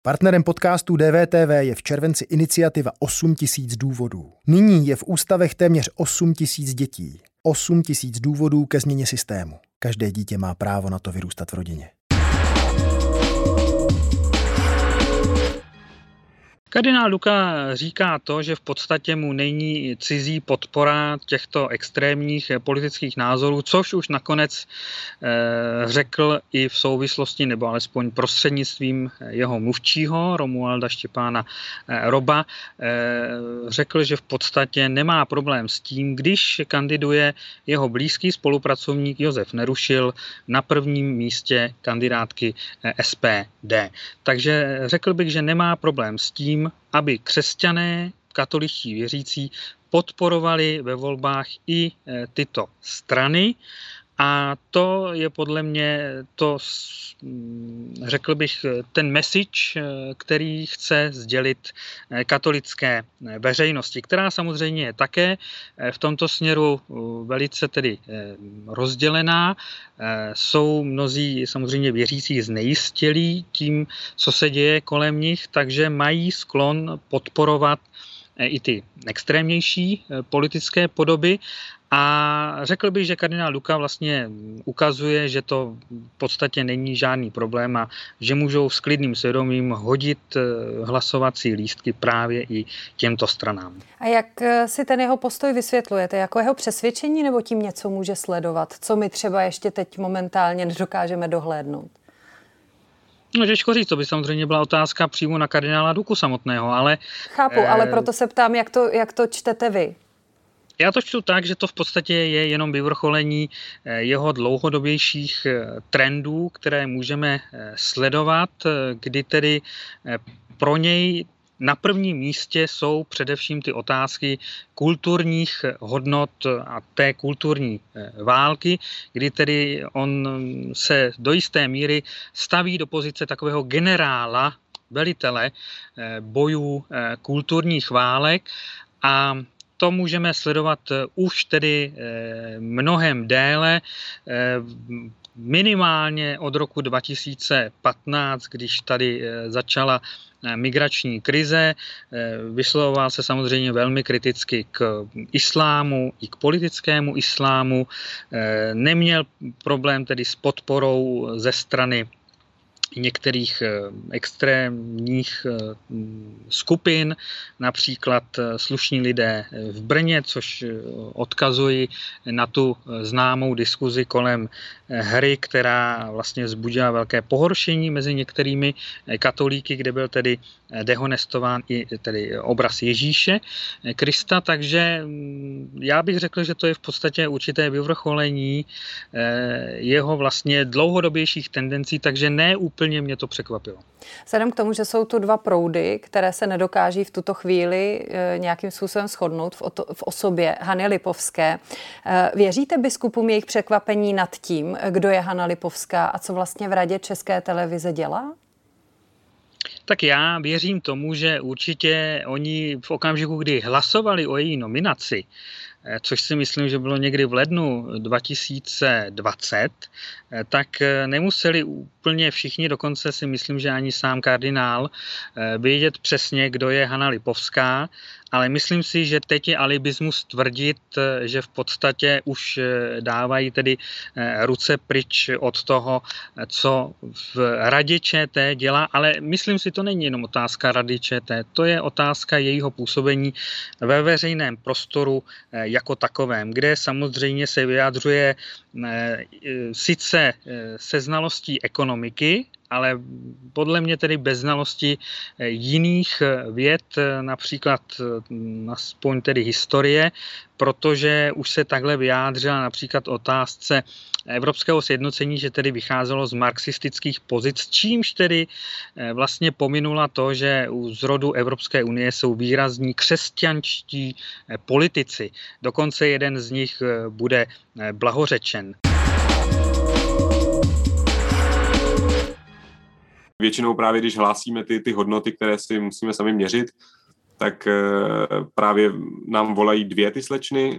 Partnerem podcastu DVTV je v červenci iniciativa 8000 důvodů. Nyní je v ústavech téměř 8000 dětí. 8000 důvodů ke změně systému. Každé dítě má právo na to vyrůstat v rodině. Kardinál Luka říká to, že v podstatě mu není cizí podpora těchto extrémních politických názorů, což už nakonec řekl i v souvislosti, nebo alespoň prostřednictvím jeho mluvčího Romualda Štěpána Roba. Řekl, že v podstatě nemá problém s tím, když kandiduje jeho blízký spolupracovník Josef Nerušil na prvním místě kandidátky SPD. Takže řekl bych, že nemá problém s tím, aby křesťané, katoličtí věřící podporovali ve volbách i tyto strany. A to je podle mě řekl bych, ten message, který chce sdělit katolické veřejnosti, která samozřejmě je také v tomto směru velice tedy rozdělená. Jsou mnozí samozřejmě věřící znejistělí tím, co se děje kolem nich, takže mají sklon podporovat i ty extrémnější politické podoby. A řekl bych, že kardinál Luka vlastně ukazuje, že to v podstatě není žádný problém a že můžou s klidným svědomím hodit hlasovací lístky právě i těmto stranám. A jak si ten jeho postoj vysvětlujete? Jako jeho přesvědčení nebo tím něco může sledovat? Co my třeba ještě teď momentálně nedokážeme dohlédnout? No, těžko říct, to by samozřejmě byla otázka přímo na kardinála Luku samotného, ale... Chápu, ale proto se ptám, jak to čtete vy? Já to čtu tak, že to v podstatě je jenom vyvrcholení jeho dlouhodobějších trendů, které můžeme sledovat, kdy tedy pro něj na prvním místě jsou především ty otázky kulturních hodnot a té kulturní války, kdy tedy on se do jisté míry staví do pozice takového generála, velitele bojů kulturních válek a to můžeme sledovat už tedy mnohem déle, minimálně od roku 2015, když tady začala migrační krize. Vyslovoval se samozřejmě velmi kriticky k islámu i k politickému islámu. Neměl problém tedy s podporou ze strany některých extrémních skupin, například Slušní lidé v Brně, což odkazuji na tu známou diskuzi kolem hry, která vlastně vzbudila velké pohoršení mezi některými katolíky, kde byl tedy dehonestován i tedy obraz Ježíše Krista, takže já bych řekl, že to je v podstatě určité vyvrcholení jeho vlastně dlouhodobějších tendencí, takže ne úplně mě to překvapilo. Vzhledem k tomu, že jsou tu dva proudy, které se nedokáží v tuto chvíli nějakým způsobem shodnout v osobě Hany Lipovské, věříte biskupům jejich překvapení nad tím, kdo je Hana Lipovská a co vlastně v Radě České televize dělá? Tak já věřím tomu, že určitě oni v okamžiku, kdy hlasovali o její nominaci, což si myslím, že bylo někdy v lednu 2020, tak nemuseli úplně všichni, dokonce si myslím, že ani sám kardinál, vědět přesně, kdo je Hana Lipovská, ale myslím si, že teď je alibismus tvrdit, že v podstatě už dávají tedy ruce pryč od toho, co v Radě ČT dělá, ale myslím si, to není jenom otázka Rady ČT, to je otázka jejího působení ve veřejném prostoru jako takovém, kde samozřejmě se vyjadřuje sice se znalostí ekonomiky, ale podle mě tedy bez znalosti jiných věd, například aspoň tedy historie, protože už se takhle vyjádřila například otázce evropského sjednocení, že tedy vycházelo z marxistických pozic, čímž tedy vlastně pominula to, že u zrodu Evropské unie jsou výrazní křesťanští politici. Dokonce jeden z nich bude blahořečen. Většinou právě, když hlásíme ty hodnoty, které si musíme sami měřit, tak právě nám volají dvě ty slečny.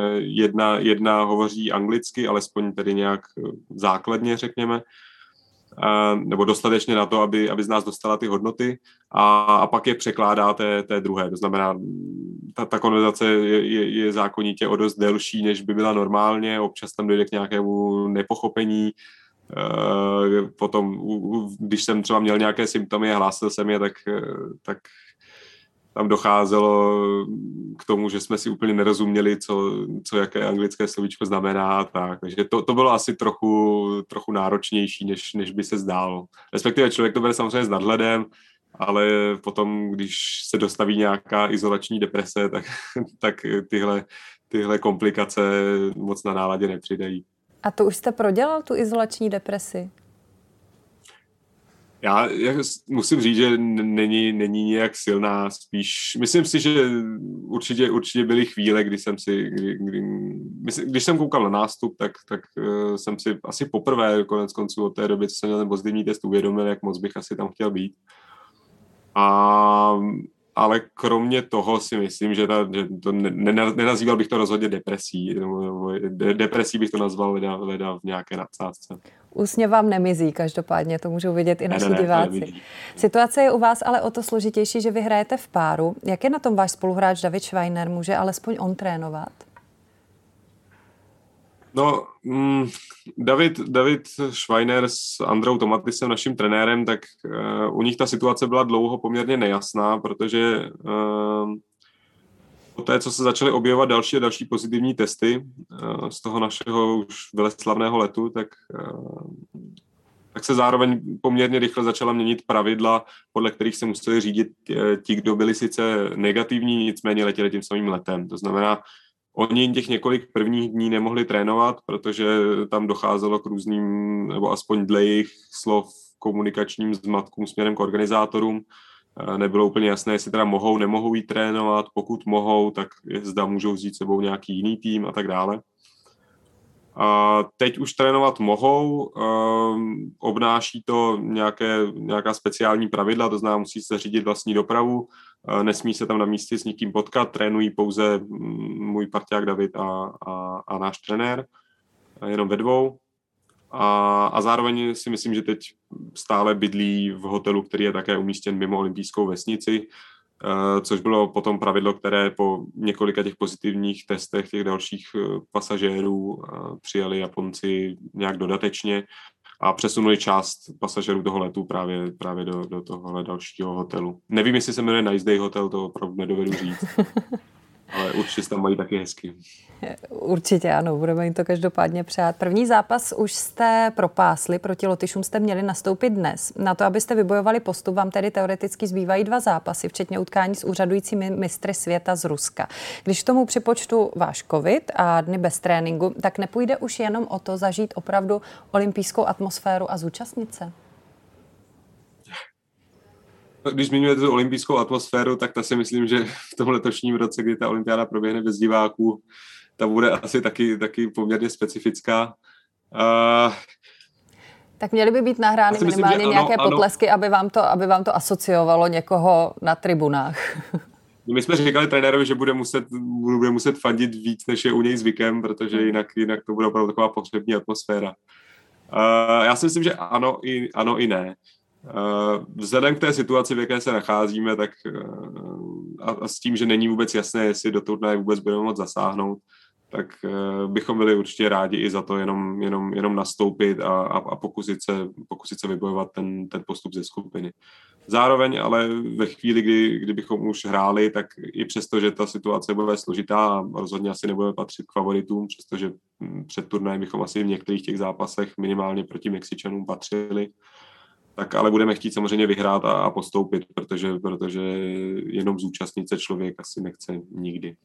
Jedna hovoří anglicky, alespoň tedy nějak základně, řekněme. nebo dostatečně na to, aby z nás dostala ty hodnoty a pak je překládá té druhé. To znamená, ta konverzace je zákonitě o dost delší, než by byla normálně, občas tam dojde k nějakému nepochopení. Potom, když jsem třeba měl nějaké symptomy a hlásil jsem je, tak tam docházelo k tomu, že jsme si úplně nerozuměli, co jaké anglické slovíčko znamená. Takže to bylo asi trochu náročnější, než by se zdálo. Respektive člověk to bude samozřejmě s nadhledem, ale potom, když se dostaví nějaká izolační deprese, tak tyhle komplikace moc na náladě nepřidají. A to už jste prodělal, tu izolační depresi? Já musím říct, že není nějak silná, spíš myslím si, že určitě byly chvíle, kdy když jsem koukal na nástup, tak jsem si asi poprvé konec konců od té doby, co jsem měl ten pozitivní test, uvědomil, jak moc bych asi tam chtěl být. Ale kromě toho si myslím, že nenazýval bych to rozhodně depresí. Depresí bych to nazval leda v nějaké nadsázce. Úsměv vám nemizí, každopádně to můžou vidět i naši diváci. Situace je u vás ale o to složitější, že vy hrajete v páru. Jak je na tom váš spoluhráč David Schweiner? Může alespoň on trénovat? No, David Schweiner s Andreou Tomatisem, naším trenérem, tak u nich ta situace byla dlouho poměrně nejasná, protože poté, co se začaly objevovat další pozitivní testy z toho našeho už veleslavného letu, tak se zároveň poměrně rychle začala měnit pravidla, podle kterých se museli řídit ti, kdo byli sice negativní, nicméně letěli tím samým letem. To znamená, oni těch několik prvních dní nemohli trénovat, protože tam docházelo k různým, nebo aspoň dle jejich slov, komunikačním zmatkům směrem k organizátorům. Nebylo úplně jasné, jestli teda mohou, nemohou jít trénovat, pokud mohou, tak zda můžou vzít sebou nějaký jiný tým a tak dále. A teď už trénovat mohou, obnáší to nějaká speciální pravidla, to znamená, musí se řídit vlastní dopravu, nesmí se tam na místě s nikým potkat, trénují pouze můj parťák David a náš trenér, jenom ve dvou. A zároveň si myslím, že teď stále bydlí v hotelu, který je také umístěn mimo olympijskou vesnici, což bylo potom pravidlo, které po několika těch pozitivních testech těch dalších pasažérů přijali Japonci nějak dodatečně a přesunuli část pasažérů toho letu právě do tohohle dalšího hotelu. Nevím, jestli se jmenuje Nice Day Hotel, to opravdu nedovedu říct. Ale určitě tam mají taky hezky. Určitě ano, budeme jim to každopádně přát. První zápas už jste propásli, proti Lotyšům jste měli nastoupit dnes. Na to, abyste vybojovali postup, vám tedy teoreticky zbývají 2 zápasy, včetně utkání s úřadujícími mistry světa z Ruska. Když k tomu připočtu váš covid a dny bez tréninku, tak nepůjde už jenom o to zažít opravdu olympijskou atmosféru a zúčastnit se? Když zmiňujete tu olympijskou atmosféru, tak ta si myslím, že v tom letošním roce, kdy ta olympiáda proběhne bez diváků, ta bude asi taky poměrně specifická. Tak měly by být nahrány minimálně nějaké potlesky, aby vám to asociovalo někoho na tribunách. My jsme říkali trenérovi, že bude muset fandit víc, než je u něj zvykem, protože jinak to bude opravdu taková pohřební atmosféra. Já si myslím, že ano i ne. Vzhledem k té situaci, v jaké se nacházíme, tak a s tím, že není vůbec jasné, jestli do turnaje vůbec budeme moct zasáhnout, tak bychom byli určitě rádi i za to jenom nastoupit a pokusit se vybojovat ten postup ze skupiny. Zároveň ale ve chvíli, kdybychom už hráli, tak i přesto, že ta situace bude složitá a rozhodně asi nebudeme patřit k favoritům, přestože před turnajem bychom asi v některých těch zápasech minimálně proti Mexičanům patřili, tak ale budeme chtít samozřejmě vyhrát a postoupit, protože jenom zúčastnit se člověk asi nechce nikdy.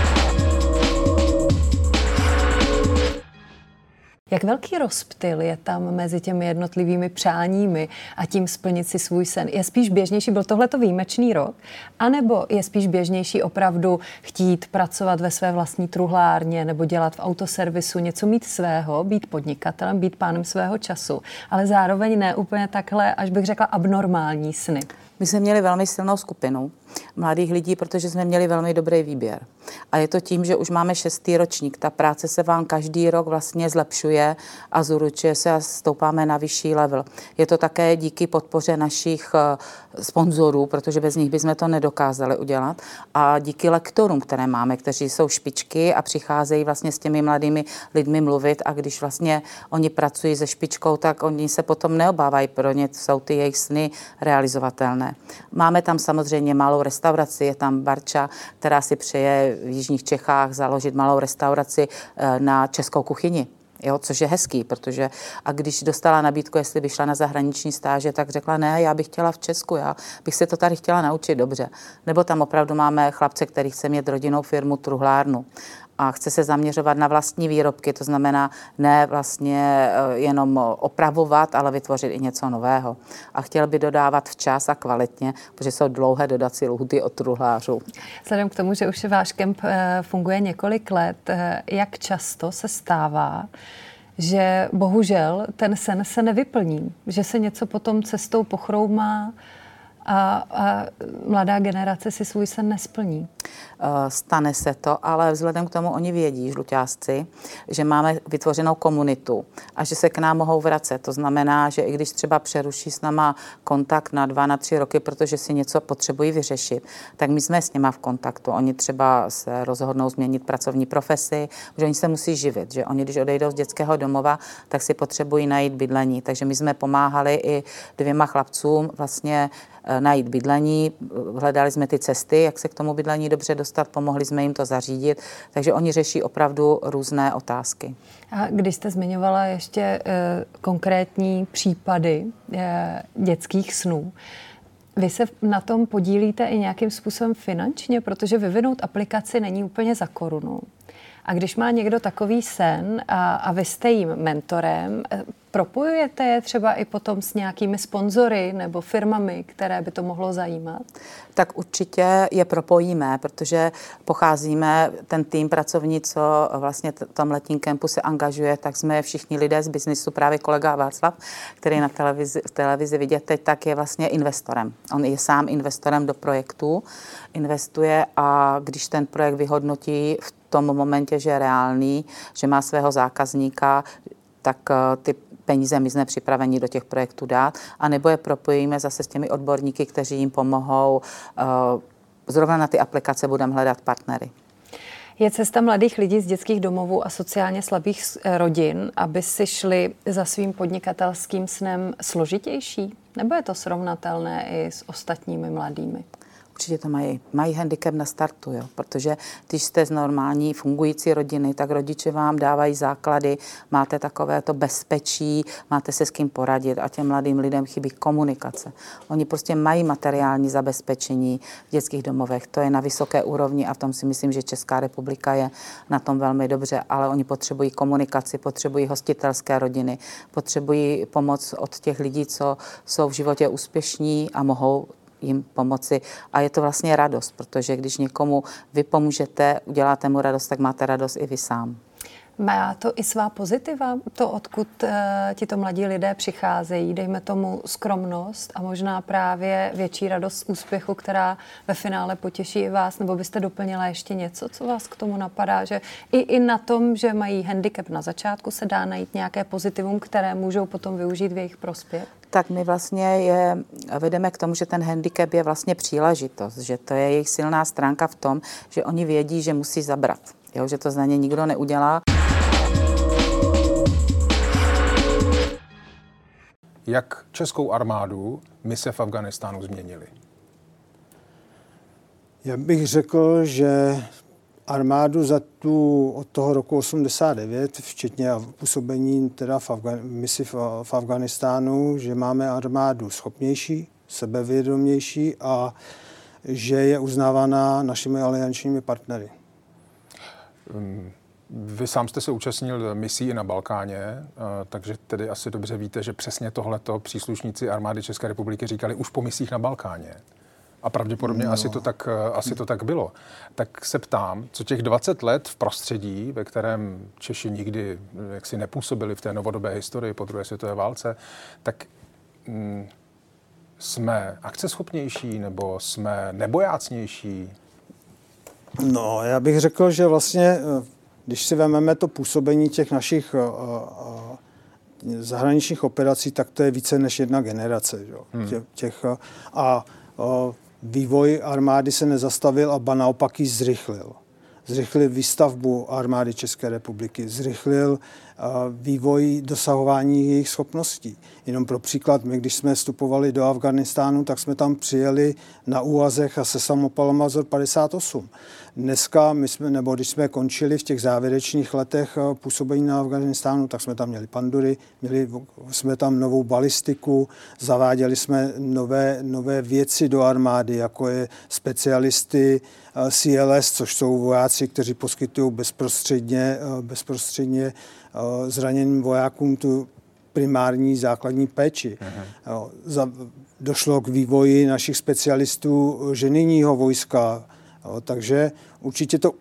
Jak velký rozptyl je tam mezi těmi jednotlivými přáními a tím splnit si svůj sen? Je spíš běžnější, byl tohleto výjimečný rok, anebo je spíš běžnější opravdu chtít pracovat ve své vlastní truhlárně nebo dělat v autoservisu, něco mít svého, být podnikatelem, být pánem svého času, ale zároveň ne úplně takhle, až bych řekla, abnormální sny? My jsme měli velmi silnou skupinu mladých lidí, protože jsme měli velmi dobrý výběr. A je to tím, že už máme 6. ročník. Ta práce se vám každý rok vlastně zlepšuje a zúročuje se a stoupáme na vyšší level. Je to také díky podpoře našich sponzorů, protože bez nich bychom to nedokázali udělat. A díky lektorům, které máme, kteří jsou špičky a přicházejí vlastně s těmi mladými lidmi mluvit, a když vlastně oni pracují se špičkou, tak oni se potom neobávají, pro ně jsou ty jejich sny realizovatelné. Máme tam samozřejmě malou restauraci, je tam Barča, která si přeje v jižních Čechách založit malou restauraci na českou kuchyni. Jo, což je hezký, protože a když dostala nabídku, jestli by šla na zahraniční stáže, tak řekla ne, já bych chtěla v Česku, já bych se to tady chtěla naučit dobře. Nebo tam opravdu máme chlapce, který chce mít rodinnou firmu truhlárnu a chce se zaměřovat na vlastní výrobky, to znamená ne vlastně jenom opravovat, ale vytvořit i něco nového. A chtěl by dodávat včas a kvalitně, protože jsou dlouhé dodací lhůty od truhlářů. Vzhledem k tomu, že už váš kemp funguje několik let, jak často se stává, že bohužel ten sen se nevyplní, že se něco potom cestou pochroumá a mladá generace si svůj sen nesplní? Stane se to, ale vzhledem k tomu oni vědí, žluťásci, že máme vytvořenou komunitu a že se k nám mohou vracet. To znamená, že i když třeba přeruší s náma kontakt na 2, na 3 roky, protože si něco potřebují vyřešit, tak my jsme s nima v kontaktu. Oni třeba se rozhodnou změnit pracovní profesi, že oni se musí živit, že oni, když odejdou z dětského domova, tak si potřebují najít bydlení. Takže my jsme pomáhali i 2 chlapcům vlastně najít bydlení, hledali jsme ty cesty, jak se k tomu bydlení dobře dostat, pomohli jsme jim to zařídit, takže oni řeší opravdu různé otázky. A když jste zmiňovala ještě konkrétní případy dětských snů, vy se na tom podílíte i nějakým způsobem finančně, protože vyvinout aplikaci není úplně za korunu. A když má někdo takový sen a vy jste jim mentorem, propojujete je třeba i potom s nějakými sponzory nebo firmami, které by to mohlo zajímat? Tak určitě je propojíme, protože pocházíme, ten tým pracovní, co vlastně v tom letním kempu se angažuje, tak jsme všichni lidé z biznisu, právě kolega Václav, který na televizi vidět teď, tak je vlastně investorem. On je sám investorem do projektu, investuje a když ten projekt vyhodnotí v tom momentě, že je reálný, že má svého zákazníka, tak ty peníze my jsme připraveni do těch projektů dát, anebo je propojíme zase s těmi odborníky, kteří jim pomohou. Zrovna na ty aplikace budeme hledat partnery. Je cesta mladých lidí z dětských domovů a sociálně slabých rodin, aby si šli za svým podnikatelským snem, složitější? Nebo je to srovnatelné i s ostatními mladými? Určitě to mají handicap na startu, jo? Protože když jste z normální fungující rodiny, tak rodiče vám dávají základy, máte takové to bezpečí, máte se s kým poradit a těm mladým lidem chybí komunikace. Oni prostě mají materiální zabezpečení v dětských domovech, to je na vysoké úrovni a v tom si myslím, že Česká republika je na tom velmi dobře, ale oni potřebují komunikaci, potřebují hostitelské rodiny, potřebují pomoc od těch lidí, co jsou v životě úspěšní a mohou jim pomoci. A je to vlastně radost, protože když někomu vy pomůžete, uděláte mu radost, tak máte radost i vy sám. Má to i svá pozitiva, to, odkud tito mladí lidé přicházejí, dejme tomu skromnost a možná právě větší radost z úspěchu, která ve finále potěší i vás, nebo byste doplnila ještě něco, co vás k tomu napadá, že i na tom, že mají handicap na začátku, se dá najít nějaké pozitivum, které můžou potom využít v jejich prospěch? Tak my vlastně je vedeme k tomu, že ten handicap je vlastně příležitost, že to je jejich silná stránka v tom, že oni vědí, že musí zabrat, jo, že to za ně nikdo neudělá. Jak českou armádu mise v Afghánistánu změnily? Já bych řekl, že armádu od toho roku 89, včetně působení teda misi v Afghánistánu, že máme armádu schopnější, sebevědomější a že je uznávaná našimi aliančními partnery. Vy sám jste se účastnil misí i na Balkáně, takže tedy asi dobře víte, že přesně tohleto příslušníci armády České republiky říkali už po misích na Balkáně. A pravděpodobně asi to tak bylo. Tak se ptám, co těch 20 let v prostředí, ve kterém Češi nikdy jaksi nepůsobili v té novodobé historii po druhé světové válce, tak jsme akceschopnější nebo jsme nebojácnější? No, já bych řekl, že vlastně, když si vezmeme to působení těch našich zahraničních operací, tak to je více než jedna generace. Vývoj armády se nezastavil a ba naopak ji zrychlil. Zrychlil výstavbu armády České republiky, zrychlil vývoj dosahování jejich schopností. Jenom pro příklad, my když jsme vstupovali do Afghánistánu, tak jsme tam přijeli na úvazech a se samopalem Mazor 58. Dneska, když jsme končili v těch závěrečných letech působení na Afghánistánu, tak jsme tam měli pandury, měli jsme tam novou balistiku, zaváděli jsme nové věci do armády, jako je specialisty CLS, což jsou vojáci, kteří poskytují bezprostředně zraněným vojákům tu primární základní péči. Došlo k vývoji našich specialistů ženijního vojska, takže určitě to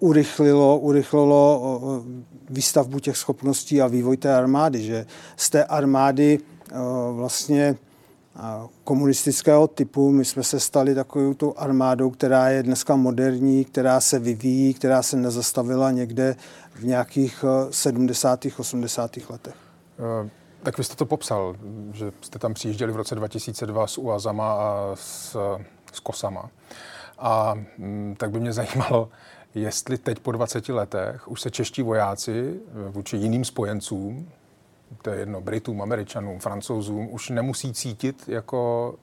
urychlilo výstavbu těch schopností a vývoj té armády, že z té armády vlastně komunistického typu my jsme se stali takovou tu armádou, která je dneska moderní, která se vyvíjí, která se nezastavila někde v nějakých 70. 80. letech. Tak vy jste to popsal, že jste tam přijížděli v roce 2002 s UAZama a s KOSama. A tak by mě zajímalo, jestli teď po 20 letech už se čeští vojáci vůči jiným spojencům, to je jedno, Britům, Američanům, Francouzům, už nemusí cítit jako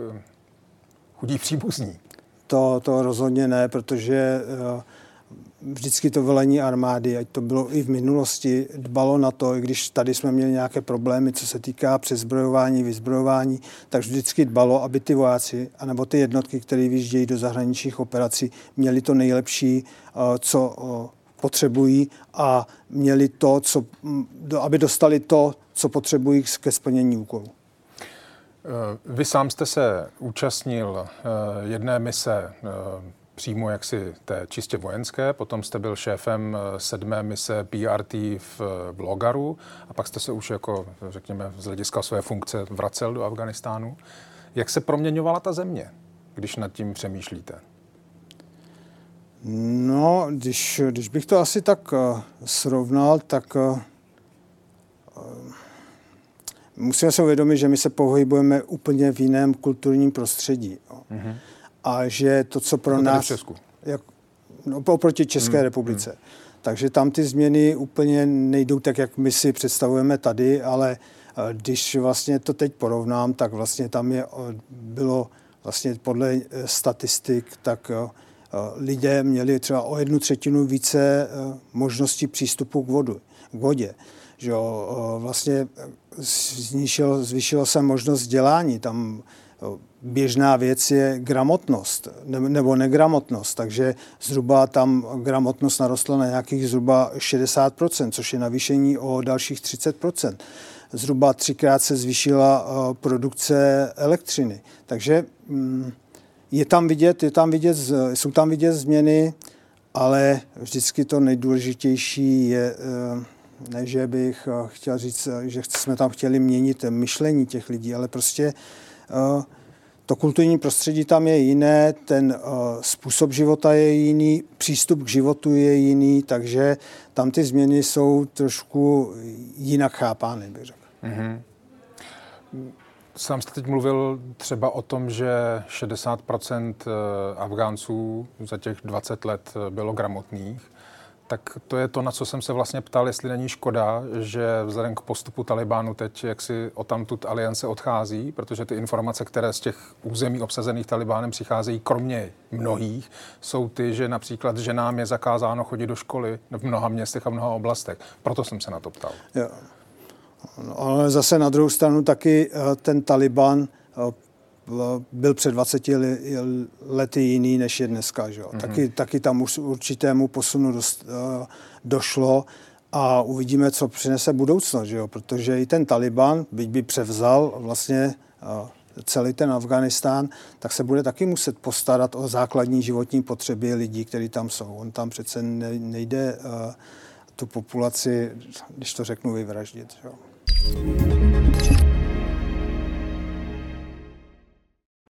chudí příbuzní. To rozhodně ne, protože vždycky to velení armády, ať to bylo i v minulosti, dbalo na to, i když tady jsme měli nějaké problémy, co se týká přezbrojování, vyzbrojování, tak vždycky dbalo, aby ty vojáci, anebo ty jednotky, které vyjíždějí do zahraničních operací, měli to nejlepší, co potřebují a měli to, aby dostali to, co potřebují ke splnění úkolů. Vy sám jste se účastnil jedné mise přímo jaksi té čistě vojenské, potom jste byl šéfem 7. mise PRT v Logaru a pak jste se už jako, řekněme, z hlediska své funkce vracel do Afghánistánu. Jak se proměňovala ta země, když nad tím přemýšlíte? No, když bych to asi tak srovnal, tak musíme se uvědomit, že my se pohybujeme úplně v jiném kulturním prostředí. Mm-hmm. A že to, co pro nás... v Česku. Oproti České republice. Takže tam ty změny úplně nejdou tak, jak my si představujeme tady, ale když vlastně to teď porovnám, tak vlastně tam bylo vlastně podle statistik, tak lidé měli třeba o 1/3 více možností přístupu k vodě. Že vlastně zvýšila se možnost vzdělání. Tam běžná věc je gramotnost nebo negramotnost, takže zhruba tam gramotnost narostla na nějakých zhruba 60%, což je navýšení o dalších 30%. Zhruba 3krát se zvýšila produkce elektřiny. Takže jsou tam vidět změny, ale vždycky to nejdůležitější je, ne, že bych chtěl říct, že jsme tam chtěli měnit myšlení těch lidí, ale prostě to kulturní prostředí tam je jiné, ten způsob života je jiný, přístup k životu je jiný, takže tam ty změny jsou trošku jinak chápány, bych řekl. Mm-hmm. Sám jste teď mluvil třeba o tom, že 60% Afgánců za těch 20 let bylo gramotných. Tak to je to, na co jsem se vlastně ptal, jestli není škoda, že vzhledem k postupu Talibánu teď jaksi odtamtud aliance odchází, protože ty informace, které z těch území obsazených Talibánem přicházejí, kromě mnohých, jsou ty, že například ženám je zakázáno chodit do školy v mnoha městech a mnoha oblastech. Proto jsem se na to ptal. Jo. No, ale zase na druhou stranu taky ten Taliban byl před 20 lety jiný, než je dneska. Že? Mm-hmm. Taky tam už určitému posunu došlo a uvidíme, co přinese budoucnost. Že? Protože i ten Taliban, byť by převzal vlastně celý ten Afghánistán, tak se bude taky muset postarat o základní životní potřeby lidí, kteří tam jsou. On tam přece nejde tu populaci, když to řeknu, vyvraždit. Že?